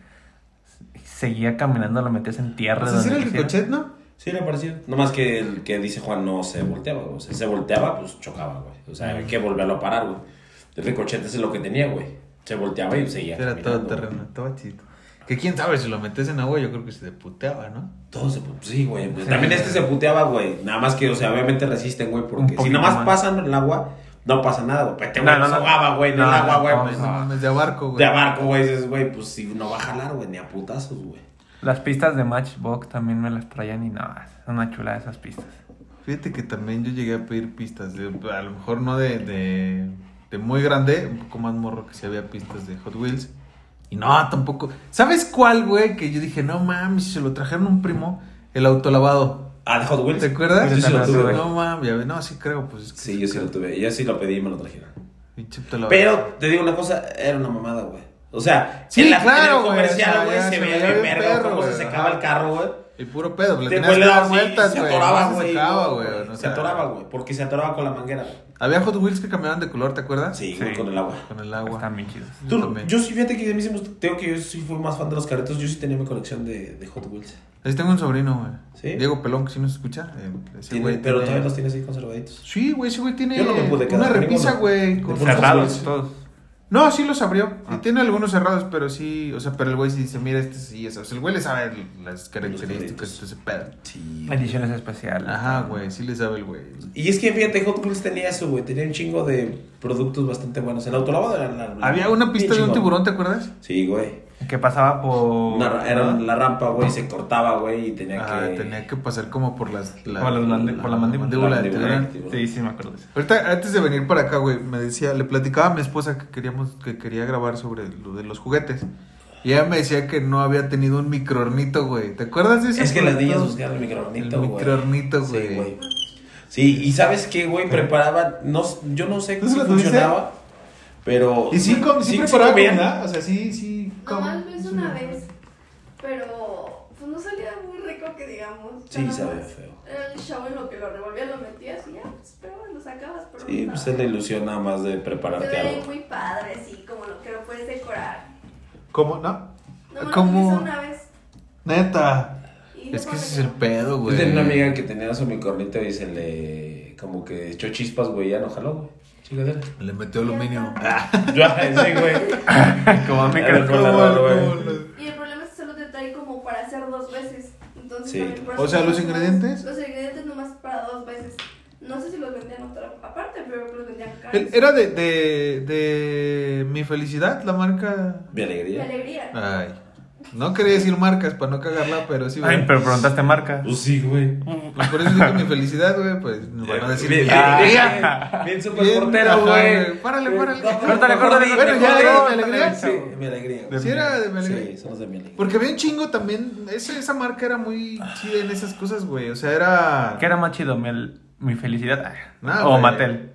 seguía caminando, lo metías en tierra. O sea, ¿sí donde era el quisieras. Ricochet, no? Sí, le pareció. Nomás que el que dice Juan no se volteaba, güey. O sea, se volteaba, pues chocaba, güey. O sea, hay que volverlo a parar, güey. El Ricochet es lo que tenía, güey. Se volteaba y seguía Era caminando, todo terreno, todo chido. Que quién sabe, si lo metes en agua, yo creo que se puteaba, ¿no? Todo se puteaba. Sí, güey. Pues también este se puteaba, güey. Nada más que, o sea, obviamente resisten, güey. Un Porque si poquito nomás más. pasan en el agua, no pasa nada, güey. Pues este güey No, se no. ahogaba, güey, en No, el agua, güey. no, Pues, No mames, de a barco, güey. de a barco, güey. Dices, güey, pues si no va a jalar, güey, ni a putazos, güey. Las pistas de Matchbox también me las traían y no, es una chula esas pistas. Fíjate que también yo llegué a pedir pistas. A lo mejor no de muy grande, un poco más morro que si había pistas de Hot Wheels. Y no, tampoco. ¿Sabes cuál, güey? Que yo dije, no mames, si se lo trajeron a un primo, el autolavado. Ah, de Hot Wheels. ¿Te acuerdas? Yo sí lo tuve. No mames, ya ves, no, sí creo, pues es que Sí, yo sí lo tuve. Yo sí lo pedí y me lo trajeron. Pinche autolavado. Pero te digo una cosa, era una mamada, güey. O sea, Sí, en, claro, en el güey, comercial, o sea, güey, ya se se veía veía bien bien verga perro, cómo se güey, secaba ajá. el carro, güey. El puro pedo, le Después tenías que le dar daba así, vueltas, se güey. atoraba, no se güey. secaba, no, güey. güey, o se sea, atoraba, güey, porque se atoraba con la manguera. Había Hot Wheels que cambiaban de color, ¿te acuerdas? Sí, Sí. güey, con el agua. Con el agua. Están bien chidos. Yo también. Yo sí, fíjate que a mí sí me tengo que yo sí fui más fan de los carritos. Yo sí tenía mi colección de Hot Wheels. Ahí tengo un sobrino, güey. ¿Sí? Diego Pelón, que sí nos escucha. Ese Tiene- güey pero tiene- todavía los tiene así conservaditos. Sí, güey, ese güey tiene Yo no me pude quedar una con repisa, ninguno. güey. De con- puros Cerrados Wheels. todos. No, sí los abrió. Y tiene algunos cerrados, pero sí, o sea, pero el güey sí dice, mira, este sí, eso. O sea, el güey le sabe las características de ese pedo. Sí. Ediciones especiales. Ajá, güey, sí le sabe el güey. Y es que fíjate, Hot Wheels tenía eso, güey. Tenía un chingo de productos bastante buenos. El autolavado era Había una pista de un chingón. tiburón, ¿te acuerdas? Sí, güey. Que pasaba por... Era la rampa, güey, se cortaba, güey, y tenía Ah, que... tenía que pasar como por las... Por la mandíbula. del tiburón. Sí, sí, me acuerdo de eso. Ahorita, antes de venir para acá, güey, me decía, le platicaba a mi esposa que quería grabar sobre lo de los juguetes. Y ella me decía que no había tenido un microornito, güey. ¿Te acuerdas de eso? Es que las niñas buscaban el microornito, El güey. microornito, Sí, güey. güey. Sí, y ¿sabes qué, güey? Preparaban... No, yo no sé ¿Tú si se lo tuviste? funcionaba, pero... Y sí, sí preparaba comida, o sea, sí. Nomás lo hice una vez, pero pues no salía muy rico que digamos. Sí, Nada sabía más feo. Era el show en lo que lo revolvías, lo metías y ya, pues, pero lo sacabas. Pero Sí, no pues estaba- es la ilusión nada más de Se prepararte ve algo. muy padre, sí, como lo que lo puedes decorar. ¿Cómo? ¿No? Nomás ¿Cómo? lo hice una vez. Neta. Y Es que luego ese es el me- pedo, Yo güey. tenía una amiga que tenía su microornito y se le... Como que echó chispas, güey, ya no jaló, güey. Chingadera. Le metió aluminio. Yo, sí, güey. Como a mí Era el que... problema, güey. Y el problema es que solo te trae como para hacer 2 veces. Entonces, Sí. también por O eso sea, ¿los nomás- ingredientes? Los ingredientes nomás para 2 veces. No sé si los vendían otra aparte, pero los vendían caros. Era de Mi Felicidad, la marca. Mi De alegría. alegría. Ay. No quería decir marcas para no cagarla, pero sí, Ay, güey. pero preguntaste marca. Pues sí, güey. Pues por eso digo Mi Felicidad, güey. Pues nos van a decir Bien, Mi bien, Alegría. bien, bien Bien, super portero, ajá, güey. Párale. Córtale, córtale. Bueno, ya era Mi Alegría. Sí, mi alegría. güey. Sí, era de Mi Alegría. Sí, son los de mi alegría. Porque bien chingo también. Esa marca era muy chida en esas cosas, güey. O sea, era. ¿Qué era más chido? ¿Mi felicidad? No, ¿O güey. Mattel?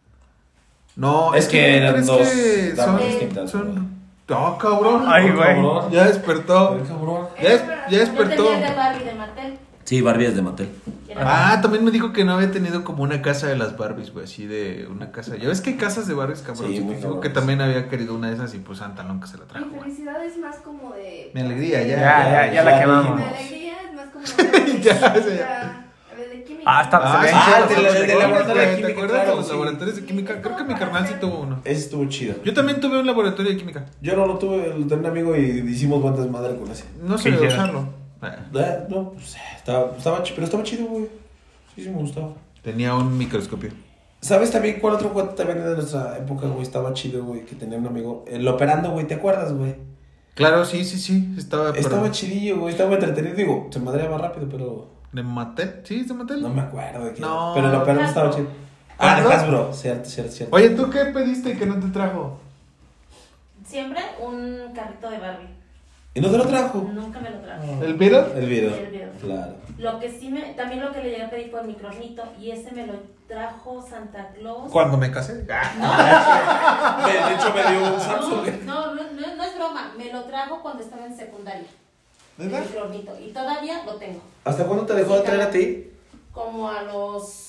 No, Es que eran ¿crees dos que damas son, distintas, güey. son... ¡Oh, cabrón! Ay, Por güey. favor. Ya despertó. Ay, cabrón. Ya despertó. Yo tenía el de Barbie de Mattel. Sí, Barbie es de Mattel. que era- Ah, también me dijo que no había tenido como una casa de las Barbies, güey, así de una casa. Ya ves que hay casas de Barbies, cabrón. Sí, muy Dijo cabrones. que también había querido una de esas y pues Santa nunca se la trajo, Mi güey. felicidad es más como de. Mi alegría, ya. Ya la Mi quemamos. alegría es más como de. Ya, A sí. ver, ¿de quién Ah, está. Ah, se ve sí, chido. el de laboratorio de ¿Te química, acuerdas de claro, los sí. laboratorios de química? Creo que mi carnal sí tuvo uno. Ese estuvo chido. Yo también tuve un laboratorio de química. Yo no lo tuve, lo tenía un amigo y hicimos buen desmadre con ese. No ¿Qué sé hicieron? usarlo. No, pues pero estaba chido, güey. Sí, me gustaba. Tenía un microscopio. ¿Sabes también cuál otro juego también de nuestra época, güey? Estaba chido, güey, que tenía un amigo. El Operando, güey, ¿te acuerdas, güey? Claro, sí. Estaba Chidillo, güey, estaba entretenido. Digo, se madreaba más rápido, pero ¿De Mattel? ¿Sí, es de Mattel? no me acuerdo de qué. No. Pero el Operando estaba chido. Ah, de Hasbro, cierto. Oye, ¿tú qué pediste que no te trajo? Siempre un carrito de Barbie. ¿Y no te lo trajo? Nunca me lo trajo. ¿El Beetle? El video. El video. Claro. Lo que sí también lo que le llegué a pedir fue el micronito y ese me lo trajo Santa Claus. Cuando me casé. De hecho, me dio un Samsung. No es broma, me lo trajo cuando estaba en secundaria. ¿Verdad? El micronito y todavía lo tengo. ¿Hasta cuándo te dejó de traer a ti? Como a los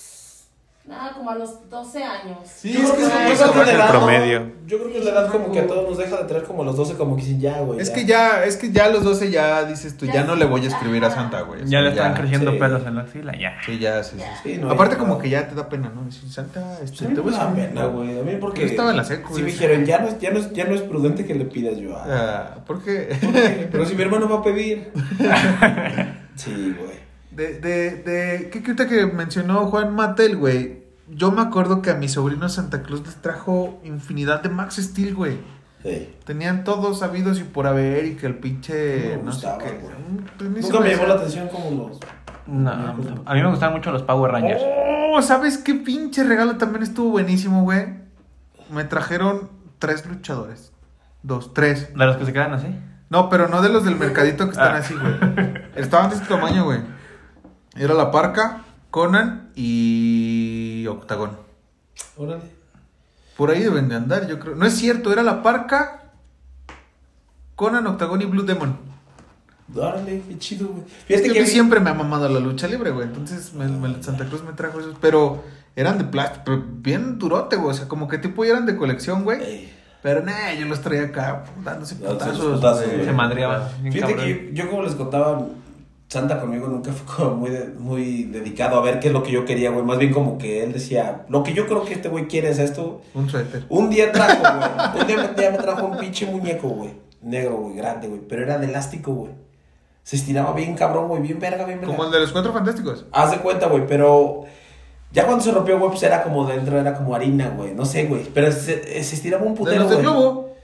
12 años. Sí, Yo creo que eso es es la el edad, ¿no? promedio. Yo creo que es la edad como que a todos nos deja de traer como a los 12, como que dicen ya, güey. Es que ya a los 12 ya dices tú, ya no le voy a escribir a Ajá. Santa, güey. O Ya sea, le están creciendo sí. pelos en la axila, ya. Sí, ya, sí. Sí, no, Aparte ya, como no. que ya te da pena, ¿no? Decir, Santa, Sí, me te voy a da escribir. pena, güey. A mí porque Yo estaba en la secu, sí güey. me dijeron, ya no es prudente que le pidas yo. ¿Por qué? Pero si mi hermano va a pedir. Sí, güey. ¿Qué ahorita que mencionó Juan Mattel, güey? Yo me acuerdo que a mi sobrino Santa Claus les trajo infinidad de Max Steel, güey. Sí. Tenían todos sabidos y por haber y que el pinche... No me no sé gustaba, qué. güey. Pues ni se Nunca me llamó la hacía. atención como los... No, a mí me gustaban mucho los Power Rangers. Oh, ¿sabes qué pinche regalo también estuvo buenísimo, güey? Me trajeron 3 luchadores. 3. ¿De los que se quedan así? No, pero no de los del mercadito que están Ah. así, güey. Estaban de este tamaño, güey. Era la Parca, Conan y Octagón. Órale. Por ahí deben de andar, yo creo. No es cierto, era la Parca, Conan, Octagón y Blue Demon. Órale, qué chido, güey. Es Fíjate que a que mí siempre me ha mamado la lucha libre, güey. Entonces Santa Cruz me trajo esos. Pero eran de plástico, pero bien durote, güey. O sea, como que tipo eran de colección, güey. Ey, Pero yo los traía acá dándose Dándose putazos, putazos, güey. güey. Se madreaba. bien Fíjate cabrón. que yo como les contaba, Santa conmigo nunca fue como muy dedicado a ver qué es lo que yo quería, güey. Más bien como que él decía, lo que yo creo que este güey quiere es esto. Un suéter. Un día trajo, güey. Un día me trajo un pinche muñeco, güey. Negro, güey, grande, güey. Pero era de elástico, güey. Se estiraba bien cabrón, güey. Bien verga, bien verga. Como el de los 4 fantásticos. Haz de cuenta, güey, pero... Ya cuando se rompió, güey, pues era como dentro, era como harina, güey. No sé, güey. Pero se estiraba un De putero, los de güey. globo.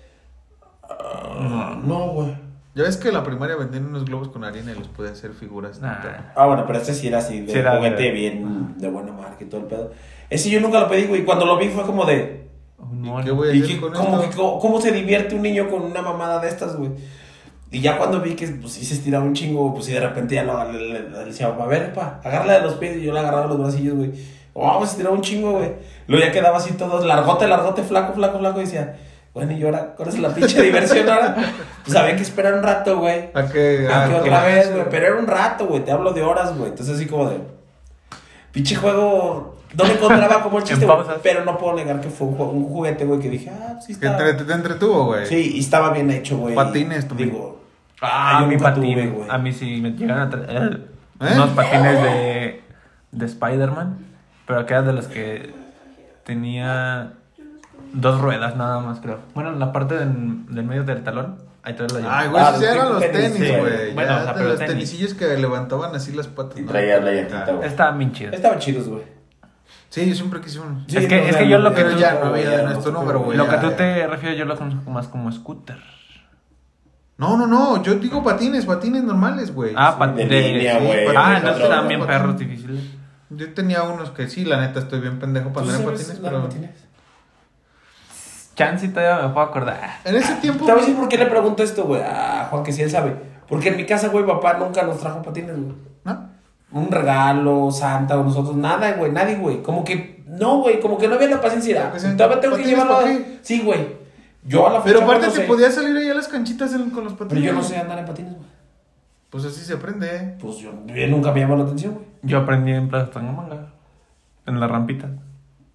No, güey. Ya ves que en la primaria vendían unos globos con harina y los podía hacer figuras. Nah. Ah, bueno, pero este sí era así, de Sí era juguete de- bien, de buena marca y todo el pedo. Ese yo nunca lo pedí, güey. Cuando lo vi fue como de... Un ¿Y mono. qué voy a ¿Y hacer qué- con cómo, esto? cómo se divierte un niño con una mamada de estas, güey? Y ya cuando vi que pues, sí se estiraba un chingo, pues sí de repente ya le decía, a ver, pa, agárrala de los pies. Y yo le agarraba los bracillos, güey. Oh, vamos a estirar un chingo, güey. Luego ya quedaba así todo largote, flaco. Y decía, bueno, y ahora, ¿cuál es la pinche diversión ahora? Pues había que esperar un rato, güey. ¿A qué? A que Ah, otra ¿qué? vez, güey. Pero era un rato, güey. Te hablo de horas, güey. Entonces así como de... Pinche juego... No me encontraba como el chiste, En güey. pausas. Pero no puedo negar que fue un juguete, güey, que dije, ah, sí Que está... te entretuvo, güey. Sí, y estaba bien hecho, güey. Patines también. Digo... Ah, yo mi nunca patín. tuve, güey. A mí sí me llegaron a traer ¿Eh? unos patines de Spider-Man. Pero que eran de los que tenía 2 ruedas nada más, creo. Bueno, en la parte del medio del talón. Ahí traes la llave. Ay, güey, Ah, sí eran los los tenis, tenis, sí. güey. Bueno, Ya o sea, de pero los tenis. tenisillos que levantaban así las patas. Y ¿no? traía la llantita, güey. Estaban bien chidos. Estaban chidos, güey. Sí, yo siempre quise uno. Sí, Es que- no, es que no, yo no, lo que Pero tú- ya no había ya de no, nuestro no, número, güey. Lo ya, que tú ya. te refieres yo lo conozco más como scooter. No, yo digo patines normales, güey. Ah, Sí. de de línea, sí, güey. patines, Ah, no, patines, estaban bien patines. perros difíciles. Yo tenía unos que sí, la neta, estoy bien pendejo para ¿Tú andar en sabes patines, andar en pero... patines? Chance y todavía me puedo acordar. En ese tiempo... ¿Sabes por qué le pregunto esto, güey? A Juan, que sí él sabe. Porque en mi casa, güey, papá nunca nos trajo patines, güey. ¿No? Un regalo, Santa o nosotros, nada, güey, nadie, güey. Como que, no, güey, como que no había la paciencia. Porque se- Todavía tengo que ¿patines llevarlo. para qué? Sí, güey. Yo a la Pero fecha aparte no te sé. podías salir ahí a las canchitas con los Pero patines. yo no sé andar en patines, güey. Pues así se aprende. Pues yo nunca me llamó la atención, güey. Yo aprendí en Plaza Tangamanga. En la rampita.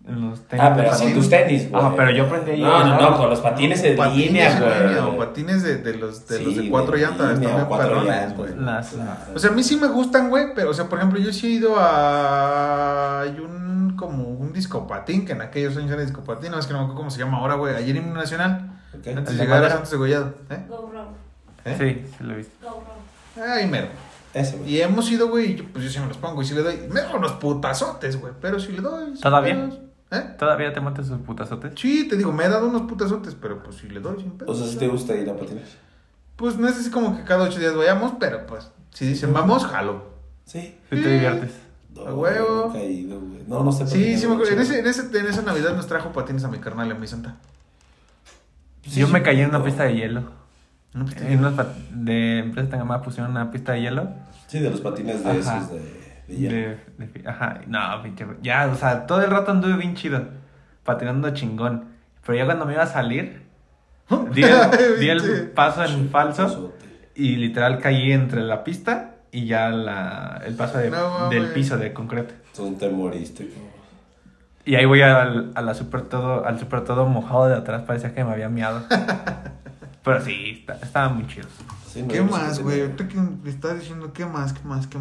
En los tenis. Ah, pero con tus tenis, güey. Ajá, pero yo aprendí ahí. No, con los patines en línea, güey. O patines de los de 4 de llantas. línea, Están bien 4 perrones, llantas. güey. Las- O sea, a mí sí me gustan, güey, pero, o sea, por ejemplo, yo sí he ido a... Hay como un discopatín, que en aquellos años era discopatín, no es que no me acuerdo cómo se llama ahora, güey, ayer en un Nacional, Ok. antes ¿El de de llegar a madera? Santos de Gollado, ¿eh? Go Row. ¿Eh? Sí, sí lo he visto. Go Row. Ay, mero. Ese, güey. Y hemos ido, güey, y pues yo sí me los pongo, y si le doy, me doy unos putazotes, güey, pero si le doy... sin ¿Todavía? pedos, ¿eh? ¿Todavía te montas sus putazotes? Sí, te digo, me he dado unos putazotes, pero pues si le doy sin pedos. O sea, si te gusta ir a patinar. Pues no es así como que cada 8 días vayamos, pero pues, si dicen vamos, jalo. Sí. Sí te diviertes. No, A huevo. nunca he ido, güey. No sé. Sí, sí me acuerdo. mucho. En esa Navidad nos trajo patines a mi carnal, a mi santa. Sí, Yo me sí, caí en una no. pista de hielo. No, pues, En unos de empresa Tangamá pusieron una pista de hielo. Sí, de los patines de Ajá. esos de hielo. Ajá, no, pinche. Ya, o sea, todo el rato anduve bien chido. Patinando chingón. Pero ya cuando me iba a salir, di el paso en falso. Pasote. Y literal caí entre la pista y ya el paso No, del mames. piso de concreto. Entonces te moriste, cabrón. Y ahí voy al super todo mojado de atrás, parecía que me había miado. Pero sí, estaba muy chido. Sí, no, ¿Qué no sé más, qué güey? tiene. Ahorita que me estás diciendo, ¿qué más?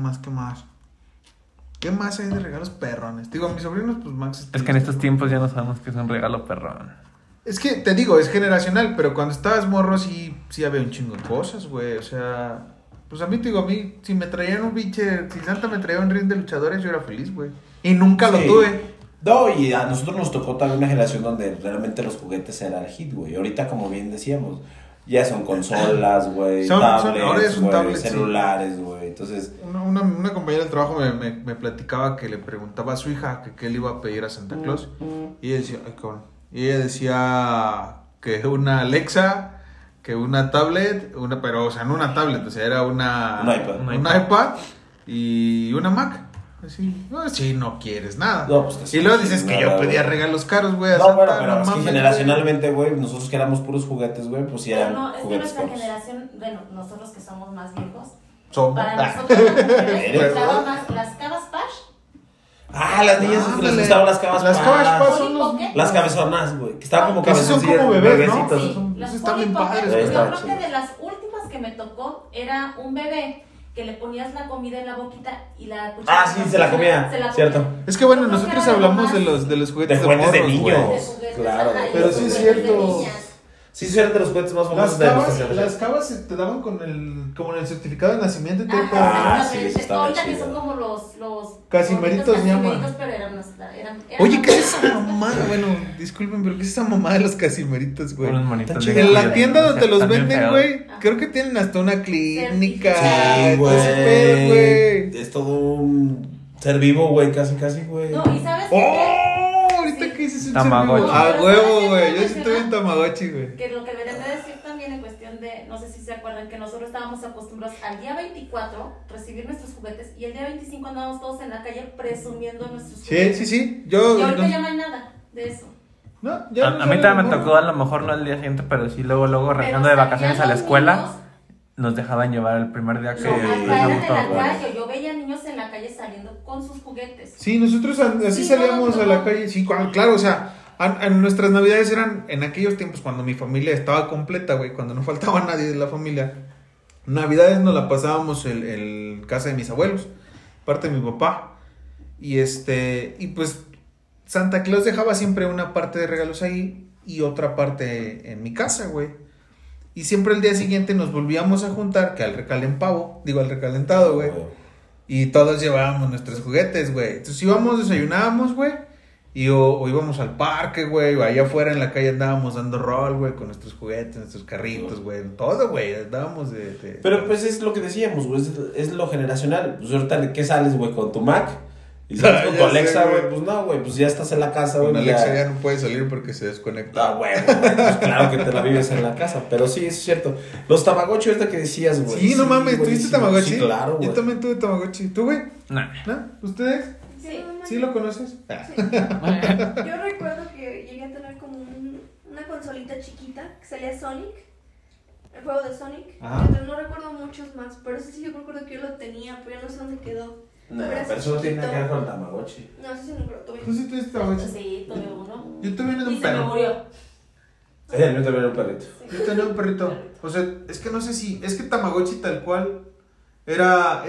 ¿Qué más hay de regalos perrones? Digo, a mis sobrinos, pues Max... Es que en estos tiempos ya no sabemos que es un regalo perrón. Es que, te digo, es generacional, pero cuando estabas morro sí había un chingo de cosas, güey. O sea, pues a mí, te digo, a mí, si me traían un pinche... Si Santa me traía un ring de luchadores, yo era feliz, güey. Y nunca lo Sí. tuve. No, y a nosotros nos tocó también una generación donde realmente los juguetes eran el hit, güey. Ahorita, como bien decíamos, ya son consolas, güey, ahora ya son güey, tablets, sí. celulares, güey. Entonces, Una compañera del trabajo me platicaba que le preguntaba a su hija que qué le iba a pedir a Santa Claus. Y ella decía, ay, cabrón. Y ella decía que una Alexa, que una tablet, pero, o sea, no una tablet, o sea, era Un iPad. un iPad y una Mac. Así, no, si no quieres nada. No, pues, que y luego sí, dices que nada, yo pedía güey. regalos caros, güey. a no, Santa, bueno, pero no es que mames, generacionalmente, güey, nosotros que éramos puros juguetes, güey, pues sí Pero eran no, es que juguetes nuestra caros. generación, bueno, nosotros que somos más viejos, Somos. para nosotros las mujeres ¿Eres? gustaban más las cabas Pash. Ah, las niñas les Ándale. gustaban las cabas Las cabas Paz. Paz son los... Pocket. Las cabezonas, güey, que estaban como Que sí son cabezoncillas, como bebés, ¿no? bebecitos. Sí, Esos las están bien Polly Pocket. padres, güey. Yo Estaban creo que chidos. de las últimas que me tocó era un bebé que le ponías la comida en la boquita y la cuchara. Ah, sí, se la comía, cierto. Es que bueno, Yo creo nosotros que era lo hablamos más- de los juguetes De juguetes de morros, niños. güey. De juguetes, Claro, ajá, y pero de sí es juguetes de cierto. niñas. Sí, sí, eran de los juguetes más famosos de nuestra generación. Las cabas te daban con como en el certificado de nacimiento y todo. Ajá, Ah, sí, eso estaba ahorita que chido. son como los Casimeritos gorditos llaman. casimeritos, pero eran Oye, ¿qué es esa mamada? Bueno, disculpen, pero ¿qué es esa mamada de los casimeritos, güey? Unos monitos Está de En la cuidado. tienda donde te los Están bien venden, feos. güey, creo que tienen hasta una clínica. Sí, todo ese pedo, güey. Es todo un ser vivo, güey, casi, güey. No, y sabes qué? ¡Oh! Ahorita Sí. que dices un Tamagotchi. ser vivo. A Pero huevo, ¿sabes qué güey. me Yo sí estoy en impresiona? Tamagotchi, güey. Que lo que deberían de decir también en cuestión de, no sé si se acuerdan, que nosotros estábamos acostumbrados al día 24 recibir nuestros juguetes y el día 25 andábamos todos en la calle presumiendo nuestros Sí, juguetes. sí, sí. Y Yo. ahorita no- ya no hay nada de eso. No, ya no A mí sale también me morro. tocó, a lo mejor no el día siguiente, pero sí luego regresando de Pero vacaciones a la salían los escuela, niños, nos dejaban llevar el primer día que no, acá empezamos eran en todos. la güey. calle. Yo veía niños en la calle saliendo con sus juguetes. Sí, nosotros así Sí, salíamos no, a la no. calle. Sí, claro, o sea, en nuestras navidades eran en aquellos tiempos cuando mi familia estaba completa, güey, cuando no faltaba nadie de la familia. Navidades nos la pasábamos en casa de mis abuelos, parte de mi papá. Y pues Santa Claus dejaba siempre una parte de regalos ahí y otra parte en mi casa, güey. Y siempre el día siguiente nos volvíamos a juntar, que al recalentado, güey. Y todos llevábamos nuestros juguetes, güey. Entonces íbamos, desayunábamos, güey. O íbamos al parque, güey. O allá afuera en la calle andábamos dando rol, güey. Con nuestros juguetes, nuestros carritos, güey. Todo, güey. Andábamos de... Pero pues es lo que decíamos, güey, es lo generacional. Pues ahorita, ¿qué sales, güey? ¿Con tu Mac? Y sales con Ya tu sé, Alexa, güey. güey. Pues no, güey, pues ya estás en la casa, güey. Con Alexa ya no puede salir porque se desconecta. Ah, güey, pues claro que te la vives en la casa. Pero sí, eso es cierto. Los Tamagotchi ahorita que decías, güey. Sí, no mames. güey, ¿Tuviste sí, Tamagotchi? Sí, claro, güey. Yo también tuve Tamagotchi. ¿Tú, güey? Nah. ¿No? ¿Ustedes? Sí. ¿Sí lo conoces? Ah. Sí. Yo recuerdo que llegué a tener como una consolita chiquita que salía Sonic, el juego de Sonic. Ajá. Entonces, no recuerdo muchos más, pero ese sí yo recuerdo que yo lo tenía, pero ya no sé dónde quedó. Nah, Pero pero eso no tiene nada que ver con el Tamagotchi. No, sí, no, pero tuve. ¿Tú sí tuviste Tamagotchi? Sí, tuve uno. Yo tuve uno de Y un se me perro. murió. Sí, el mío también era un perrito. Yo tenía un perrito. O sea, es que no sé si. Es que Tamagotchi tal cual era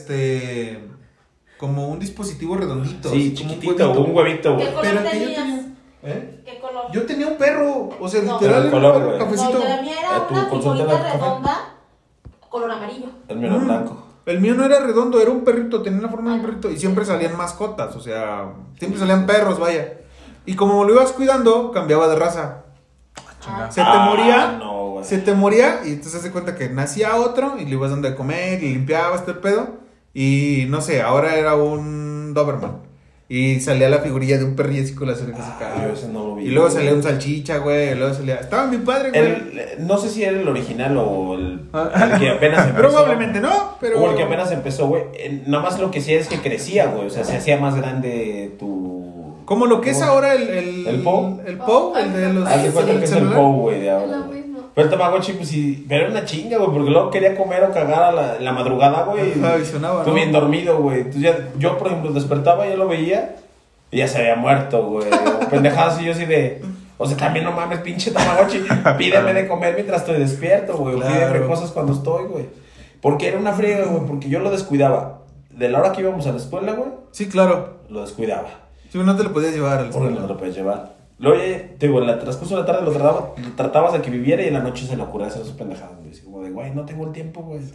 como un dispositivo redondito. Sí, así como chiquitito, huevito. un huevito, ¿Qué güey. color Pero que yo tenías? tenía. ¿Eh? ¿Qué color? Yo tenía un perro. O sea, No. literal, Pero el era color, un perro güey. cafecito. No, la mía era Tu una consulta figurita era café. redonda, color amarillo. El mío era blanco. El mío no era redondo, era un perrito, tenía la forma de un perrito. Y siempre salían mascotas, o sea, siempre salían perros, vaya. Y como lo ibas cuidando, cambiaba de raza. Ah, Se te moría. No, güey. Se te moría y entonces se cuenta que nacía otro y le ibas dando de comer y limpiabas este pedo. Y no sé, ahora era un Doberman. Y salía la figurilla de un perrillo así con las orejas acá. Yo ese no lo vi. Y luego güey. salía un salchicha, güey. Y luego salía. Estaba mi padre, güey. No sé si era el original o el que apenas empezó. Probablemente no, pero. O el que apenas empezó, güey. Nada más lo que sí es que crecía, güey. O sea, se hacía más grande tu. Como lo que es ¿Cómo? ahora el. ¿El Pou? El Pou, el de los. Haz de cuenta que es el celular. Pou, güey, de Es ahora. lo güey. mismo. Pero el Tamagotchi, pues sí. Pero era una chinga, güey. Porque luego quería comer o cagar a la madrugada, güey. Ajá, y sonaba, Tú ¿no? bien dormido, güey. Entonces yo, por ejemplo, despertaba y ya lo veía. Y ya se había muerto, güey. O pendejadas y yo así de. O sea, también no mames, pinche Tamagotchi. Pídeme de comer mientras estoy despierto, güey. Claro. O pídeme cosas cuando estoy, güey. Porque era una friega, güey. Porque yo lo descuidaba. De la hora que íbamos a la escuela, güey, Sí, claro. lo descuidaba. Sí, no te lo podías llevar al Porque no escuela. te lo puedes llevar. Luego, te digo, en el transcurso de la tarde lo tratabas de que viviera y en la noche se le ocurría hacer sus pendejadas, güey. Así como de, güey, no tengo el tiempo, güey.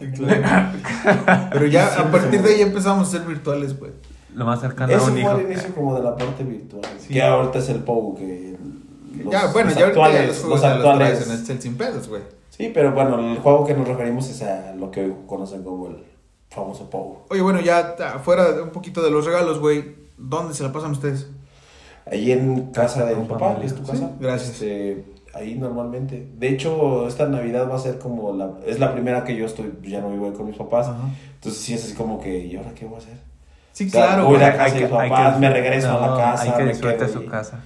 Pero ya a Siempre partir se de ahí empezamos a ser virtuales, güey. Lo más cercano a Ese un fue hijo. el inicio como de la parte virtual. Sí. Que ahorita es el Pou, que... Ya, bueno, ya ahorita ya los juegos ya los traes en Excel sin pedos, güey. Sí, pero bueno, el juego que nos referimos es a lo que hoy conocen como el famoso Pou. Oye, bueno, ya fuera un poquito de los regalos, güey. ¿Dónde se la pasan ustedes? Ahí en casa de mi Con papá, familia. ¿es tu casa? Sí, gracias. Ahí normalmente. De hecho, esta Navidad va a ser como es la primera que yo estoy, ya no vivo ahí con mis papás. Ajá. Entonces sí es así como que, ¿y ahora qué voy a hacer? Sí, O sea, claro, voy güey. a casa de mis papás, me regreso a la casa. Hay que me disfrutar quedo su ahí. casa.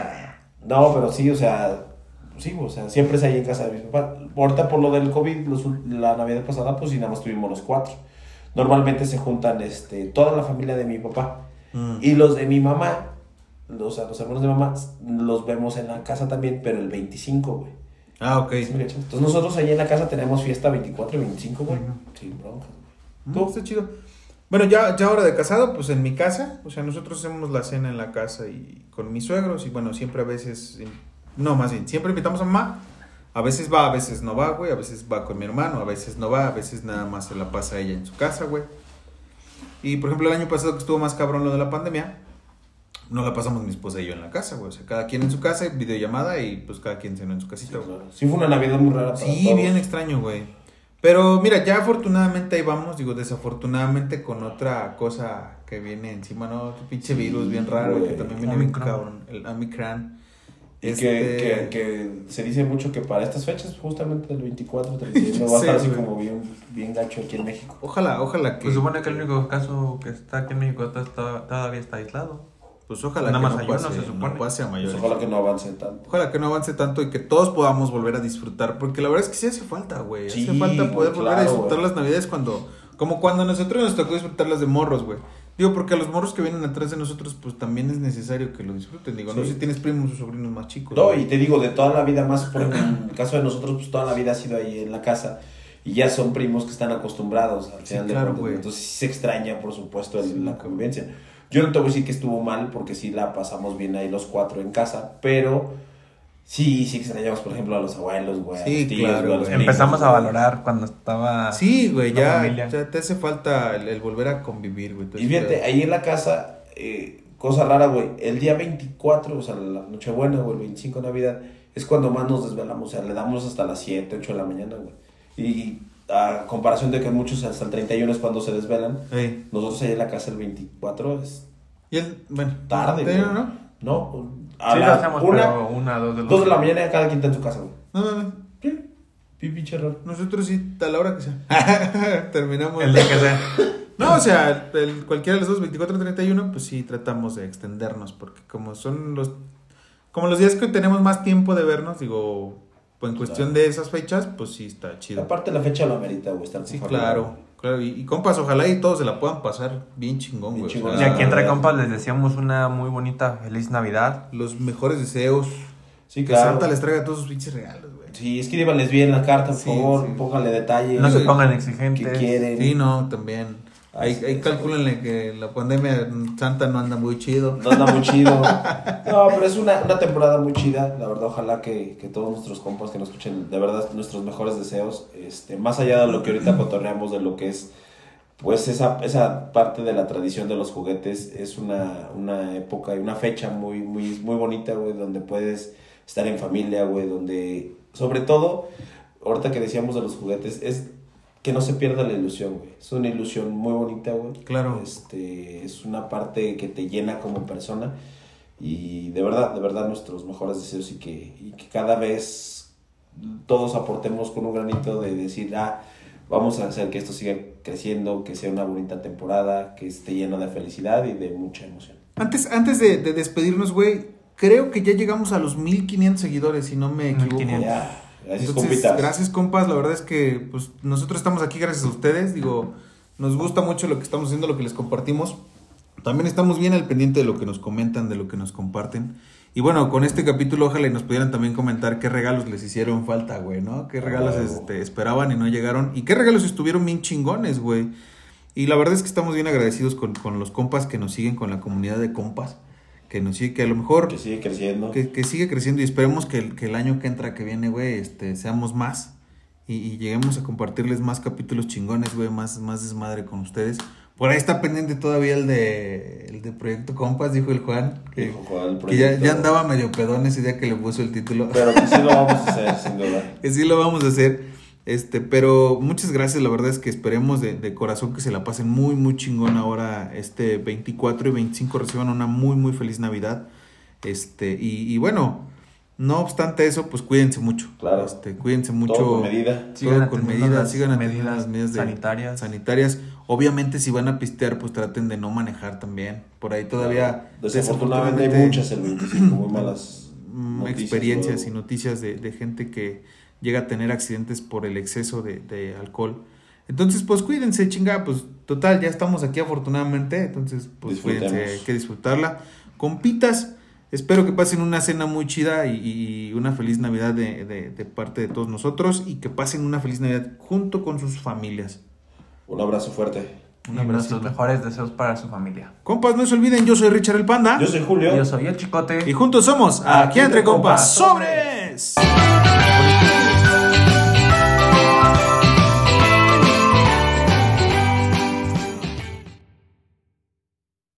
No, pero sí, o sea, siempre es ahí en casa de mis papás. Ahorita por lo del COVID, la Navidad pasada, pues y nada más tuvimos los 4. Normalmente se juntan toda la familia de mi papá. Y los de mi mamá, o sea, los hermanos de mamá, los vemos en la casa también, pero el 25, güey. Ah, ok. Entonces nosotros ahí en la casa tenemos fiesta 24 y 25, güey. Sin broncas, güey. ¿Tú? Está chido. Bueno, ya ahora de casado, pues en mi casa, o sea, nosotros hacemos la cena en la casa y con mis suegros y bueno, siempre a veces, no, más bien, siempre invitamos a mamá, a veces va, a veces no va, güey, a veces va con mi hermano, a veces no va, a veces nada más se la pasa ella en su casa, güey. Y por ejemplo, el año pasado que estuvo más cabrón lo de la pandemia, no la pasamos mi esposa y yo en la casa, güey, o sea, cada quien en su casa, videollamada y pues cada quien cenó en su casita, güey. Claro. Sí fue una Navidad muy rara para Sí, todos. bien extraño, güey. Pero mira, ya afortunadamente ahí vamos, digo, desafortunadamente con otra cosa que viene encima, ¿no? Tu pinche virus bien raro, güey. que también viene bien Omicron. cabrón, el Omicron. Y que se dice mucho que para estas fechas, justamente el 24, 31, va a Sí, estar así güey. como bien gacho aquí en México. Ojalá que... Pues supone que el único caso que está aquí en México todavía está aislado. Pues ojalá Nada que más no hay uno, pase, se supone. no pase a Pues mayores. ojalá que no avance tanto. Ojalá que no avance tanto y que todos podamos volver a disfrutar, porque la verdad es que sí hace falta, güey. Sí, hace falta poder volver a claro, disfrutar güey. las navidades como cuando a nosotros nos tocó disfrutarlas de morros, güey. Digo, porque a los morros que vienen atrás de nosotros, pues también es necesario que lo disfruten. Digo, no Sí. si tienes primos o sobrinos más chicos. No, güey. y te digo, de toda la vida, más por ejemplo, en el caso de nosotros, pues toda la vida ha sido ahí en la casa. Y ya son primos que están acostumbrados al Sí, final de claro, cuentas. güey. Entonces sí se extraña, por supuesto, Sí, la convivencia. Yo no te voy a decir que estuvo mal, porque sí la pasamos bien ahí los 4 en casa, pero sí extrañamos, por ejemplo, a los abuelos, güey, Sí, a los tíos, claro, güey, a los güey. primos, Empezamos a güey. valorar cuando estaba Sí, güey, la ya familia. te hace falta el volver a convivir, güey. Y fíjate, ahí en la casa, cosa rara, güey, el día 24, o sea, la Nochebuena, o el 25 de Navidad, es cuando más nos desvelamos, o sea, le damos hasta las 7, 8 de la mañana, güey. Y a comparación de que muchos hasta el 31 es cuando se desvelan, Ey. nosotros ahí en la casa el 24 es Y el, bueno, tarde, ¿te güey. digo, no? No, a Sí, lo la hacemos, una, pero 2 de la 2 de la mañana cada quien está en su casa, güey. No. Sí, pinche error. Nosotros sí, a la hora que sea. Terminamos. El día que sea. No, o sea, cualquiera de los dos, 24 o 31, pues sí tratamos de extendernos, porque como los días que tenemos más tiempo de vernos, digo, pues en cuestión de esas fechas, pues sí está chido. Aparte la fecha lo amerita, güey, estar con Sí, familia. claro. Claro, y compas, ojalá y todos se la puedan pasar bien chingón, Bien güey. chingón. O Y sea, aquí entre compas les deseamos una muy bonita feliz Navidad. los mejores deseos. Sí, Que claro. Santa les traiga todos sus pinches regalos, güey. Sí, escríbanles bien la carta, por Sí, favor, sí. pónganle detalle. No se Sí. pongan ¿Qué exigentes. quieren? Sí, no, también. Ahí Así es. calcúlenle que la pandemia Santa no anda muy chido. No anda muy chido. No, pero es una temporada muy chida. La verdad, ojalá que todos nuestros compas que nos escuchen, de verdad, nuestros mejores deseos. Más allá de lo que ahorita cotorreamos, de lo que es, pues, esa parte de la tradición de los juguetes, es una época y una fecha muy, muy, muy bonita, güey, donde puedes estar en familia, güey, donde, sobre todo, ahorita que decíamos de los juguetes, es que no se pierda la ilusión, güey. Es una ilusión muy bonita, güey. Claro. Es una parte que te llena como persona. Y de verdad, nuestros mejores deseos y que cada vez todos aportemos con un granito de decir, vamos a hacer que esto siga creciendo, que sea una bonita temporada, que esté llena de felicidad y de mucha emoción. Antes de despedirnos, güey, creo que ya llegamos a los 1500 seguidores, si no me equivoco. 1500. Ya, gracias, Entonces, compitas. gracias, compas. La verdad es que pues nosotros estamos aquí gracias a ustedes. Digo, nos gusta mucho lo que estamos haciendo, lo que les compartimos. También estamos bien al pendiente de lo que nos comentan, de lo que nos comparten. Y bueno, con este capítulo ojalá y nos pudieran también comentar qué regalos les hicieron falta, güey, ¿no? Qué regalos esperaban y no llegaron. Y qué regalos estuvieron bien chingones, güey. Y la verdad es que estamos bien agradecidos con los compas que nos siguen, con la comunidad de compas. Que nos sigue, que a lo mejor... Que sigue creciendo. Que sigue creciendo y esperemos que el año que entra, que viene, güey, seamos más y lleguemos a compartirles más capítulos chingones, güey, más desmadre con ustedes. Por ahí está pendiente todavía el de Proyecto Compas, dijo el Juan, que, Dijo Juan, el que ya proyecto. andaba medio pedón ese día que le puso el título. Pero que sí lo vamos a hacer, sin duda. Que sí lo vamos a hacer. Pero muchas gracias, la verdad es que esperemos de corazón que se la pasen muy, muy chingón ahora 24 y 25 reciban una muy, muy feliz Navidad. Y bueno, no obstante eso, pues cuídense mucho. Claro. Cuídense mucho. Todo con medida. Todo con medida, sigan atendiendo medidas las medidas sanitarias. Obviamente si van a pistear, pues traten de no manejar también. Por ahí todavía Desafortunadamente hay muchas el 25, muy malas noticias, experiencias y luego. noticias de gente que llega a tener accidentes por el exceso de alcohol. Entonces, pues cuídense, chinga, pues total, ya estamos aquí afortunadamente, entonces pues Disfrutemos. cuídense, hay que disfrutarla. Compitas, espero que pasen una cena muy chida y una feliz Navidad de parte de todos nosotros y que pasen una feliz Navidad junto con sus familias. Un abrazo fuerte. Un Y abrazo. nuestros mejores deseos para su familia. Compas, no se olviden, yo soy Richard el Panda Yo soy Julio. Yo soy el Chicote. y juntos somos Aquí Entre Compas. ¡Sobres!